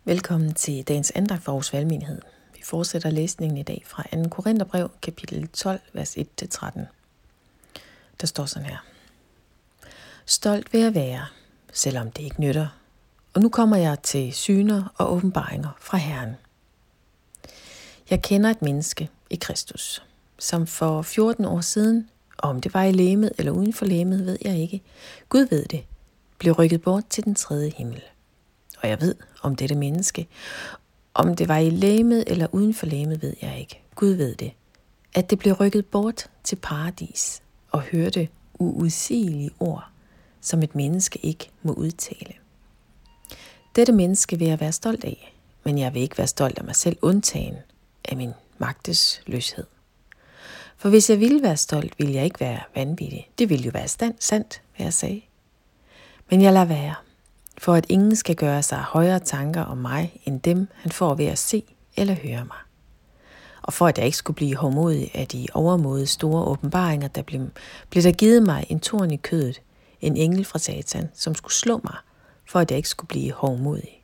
Velkommen til dagens andagt for Aarhus Valgmenighed. Vi fortsætter læsningen i dag fra 2. Korintherbrev, kapitel 12, vers 1-13. Der står sådan her. Stolt vil jeg være, selvom det ikke nytter. Og nu kommer jeg til syner og åbenbaringer fra Herren. Jeg kender et menneske i Kristus, som for 14 år siden, om det var i legemet eller uden for legemet, ved jeg ikke. Gud ved det, blev rykket bort til den tredje himmel. Og jeg ved om dette menneske. Om det var i legemet eller uden for legemet, ved jeg ikke. Gud ved det. At det blev rykket bort til paradis og hørte uudsigelige ord, som et menneske ikke må udtale. Dette menneske vil jeg være stolt af, men jeg vil ikke være stolt af mig selv, undtagen af min magtesløshed. For hvis jeg ville være stolt, ville jeg ikke være vanvittig. Det ville jo være sandt, hvad jeg sagde. Men jeg lader være, for at ingen skal gøre sig højere tanker om mig, end dem, han får ved at se eller høre mig. Og for at jeg ikke skulle blive hovmodig af de overmåde store åbenbaringer, blev der givet mig en torn i kødet, en engel fra Satan, som skulle slå mig, for at jeg ikke skulle blive hovmodig.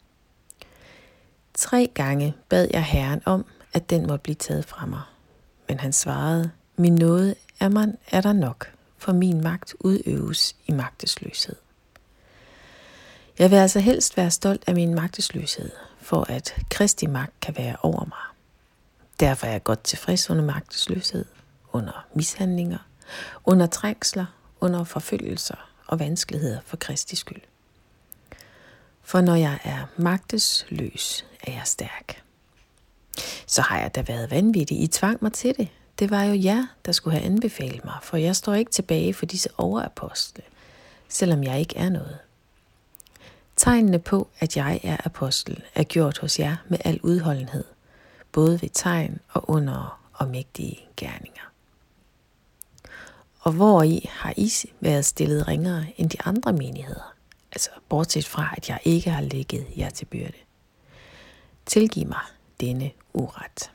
3 gange bad jeg Herren om, at den måtte blive taget fra mig. Men han svarede, min nåde er der nok, for min magt udøves i magtesløshed. Jeg vil altså helst være stolt af min magtesløshed, for at Kristi magt kan være over mig. Derfor er jeg godt tilfreds under magtesløshed, under mishandlinger, under trængsler, under forfølgelser og vanskeligheder for Kristi skyld. For når jeg er magtesløs, er jeg stærk. Så har jeg da været vanvittig. I tvang mig til det. Det var jo jer, der skulle have anbefalet mig, for jeg står ikke tilbage for disse overapostle, selvom jeg ikke er noget. Tegnene på, at jeg er apostel, er gjort hos jer med al udholdenhed, både ved tegn og under og mægtige gerninger. Og hvori har I været stillet ringere end de andre menigheder, altså bortset fra, at jeg ikke har lægget jer til byrde. Tilgiv mig denne uret.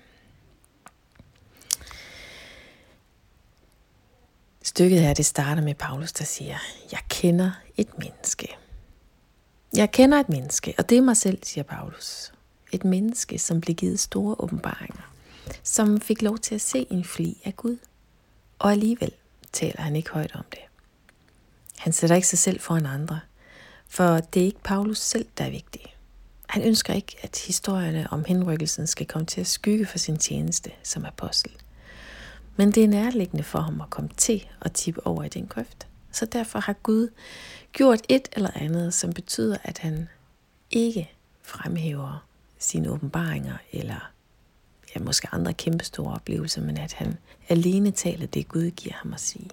Stykket her, det starter med Paulus, der siger, jeg kender et menneske. Jeg kender et menneske, og det er mig selv, siger Paulus. Et menneske, som blev givet store åbenbaringer, som fik lov til at se en flig af Gud. Og alligevel taler han ikke højt om det. Han sætter ikke sig selv foran andre, for det er ikke Paulus selv, der er vigtig. Han ønsker ikke, at historierne om henrykkelsen skal komme til at skygge for sin tjeneste som apostel. Men det er nærliggende for ham at komme til at tippe over i den grøft. Så derfor har Gud gjort et eller andet, som betyder, at han ikke fremhæver sine åbenbaringer, eller måske andre kæmpestore oplevelser, men at han alene taler det, Gud giver ham at sige.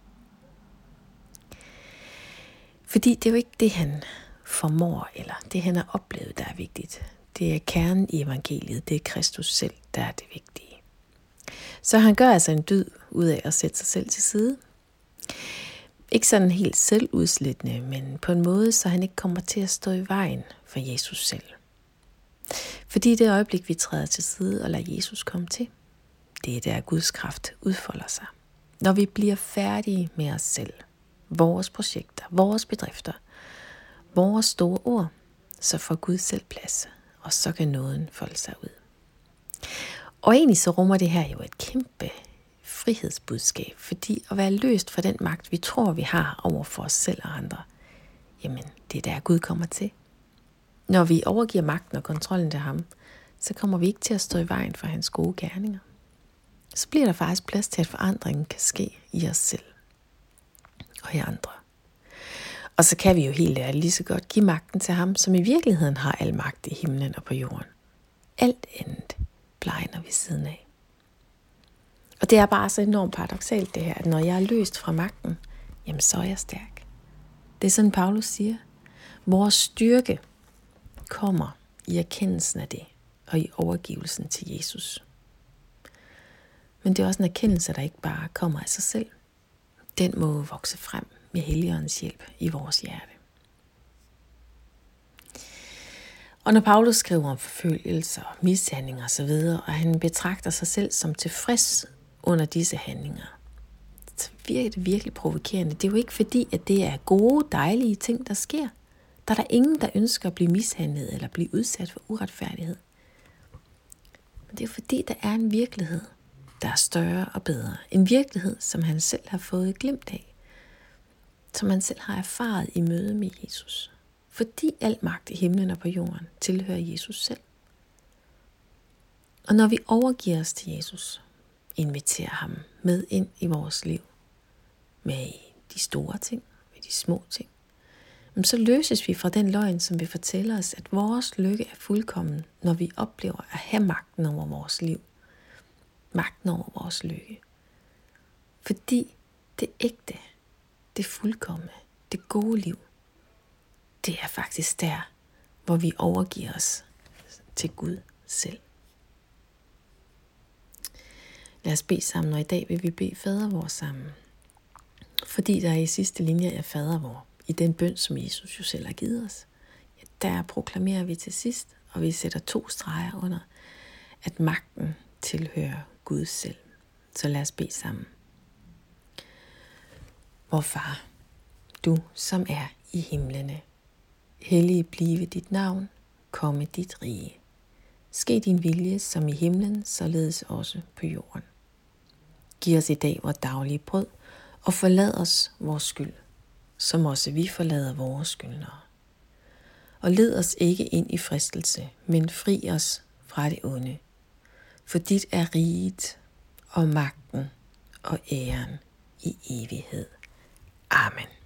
Fordi det er jo ikke det, han formår, eller det, han har oplevet, der er vigtigt. Det er kernen i evangeliet, det er Kristus selv, der er det vigtige. Så han gør altså en dyd ud af at sætte sig selv til side. Ikke sådan helt selvudslættende, men på en måde, så han ikke kommer til at stå i vejen for Jesus selv. Fordi det øjeblik, vi træder til side og lader Jesus komme til, det er der Guds kraft udfolder sig. Når vi bliver færdige med os selv, vores projekter, vores bedrifter, vores store ord, så får Gud selv plads, og så kan nåden folde sig ud. Og egentlig så rummer det her jo et kæmpe frihedsbudskab, fordi at være løst fra den magt, vi tror, vi har over for os selv og andre, jamen det er der Gud kommer til. Når vi overgiver magten og kontrollen til ham, så kommer vi ikke til at stå i vejen for hans gode gerninger. Så bliver der faktisk plads til, at forandringen kan ske i os selv og i andre. Og så kan vi jo helt ærligt lige så godt give magten til ham, som i virkeligheden har al magt i himlen og på jorden. Alt andet blegner ved siden af. Og det er bare så enormt paradoksalt det her, at når jeg er løst fra magten, jamen så er jeg stærk. Det er sådan Paulus siger. Vores styrke kommer i erkendelsen af det, og i overgivelsen til Jesus. Men det er også en erkendelse, der ikke bare kommer af sig selv. Den må vokse frem med Helligåndens hjælp i vores hjerte. Og når Paulus skriver om forfølgelser, mishandlinger osv., og han betragter sig selv som tilfreds under disse handlinger, så virker det virkelig provokerende. Det er jo ikke fordi, at det er gode, dejlige ting, der sker. Der er der ingen, der ønsker at blive mishandlet eller blive udsat for uretfærdighed. Men det er fordi, der er en virkelighed, der er større og bedre. En virkelighed, som han selv har fået glimt af. Som han selv har erfaret i møde med Jesus. Fordi al magt i himlen og på jorden tilhører Jesus selv. Og når vi overgiver os til Jesus, inviterer ham med ind i vores liv, med de store ting, med de små ting, så løses vi fra den løgn, som vil fortælle os, at vores lykke er fuldkommen, når vi oplever at have magten over vores liv. Magten over vores lykke. Fordi det ægte, det fuldkomne, det gode liv, det er faktisk der, hvor vi overgiver os til Gud selv. Lad os bede sammen, og i dag vil vi bede fader vor sammen. Fordi der i sidste linje er fader vor, i den bøn, som Jesus jo selv har givet os, der proklamerer vi til sidst, og vi sætter 2 streger under, at magten tilhører Gud selv. Så lad os bede sammen. Vor far, du som er i himlene, hellige blive dit navn, komme dit rige. Ske din vilje som i himlen, således også på jorden. Giv os i dag vores daglige brød, og forlad os vores skyld, som også vi forlader vores skyldnere. Og led os ikke ind i fristelse, men fri os fra det onde. For dit er riget og magten og æren i evighed. Amen.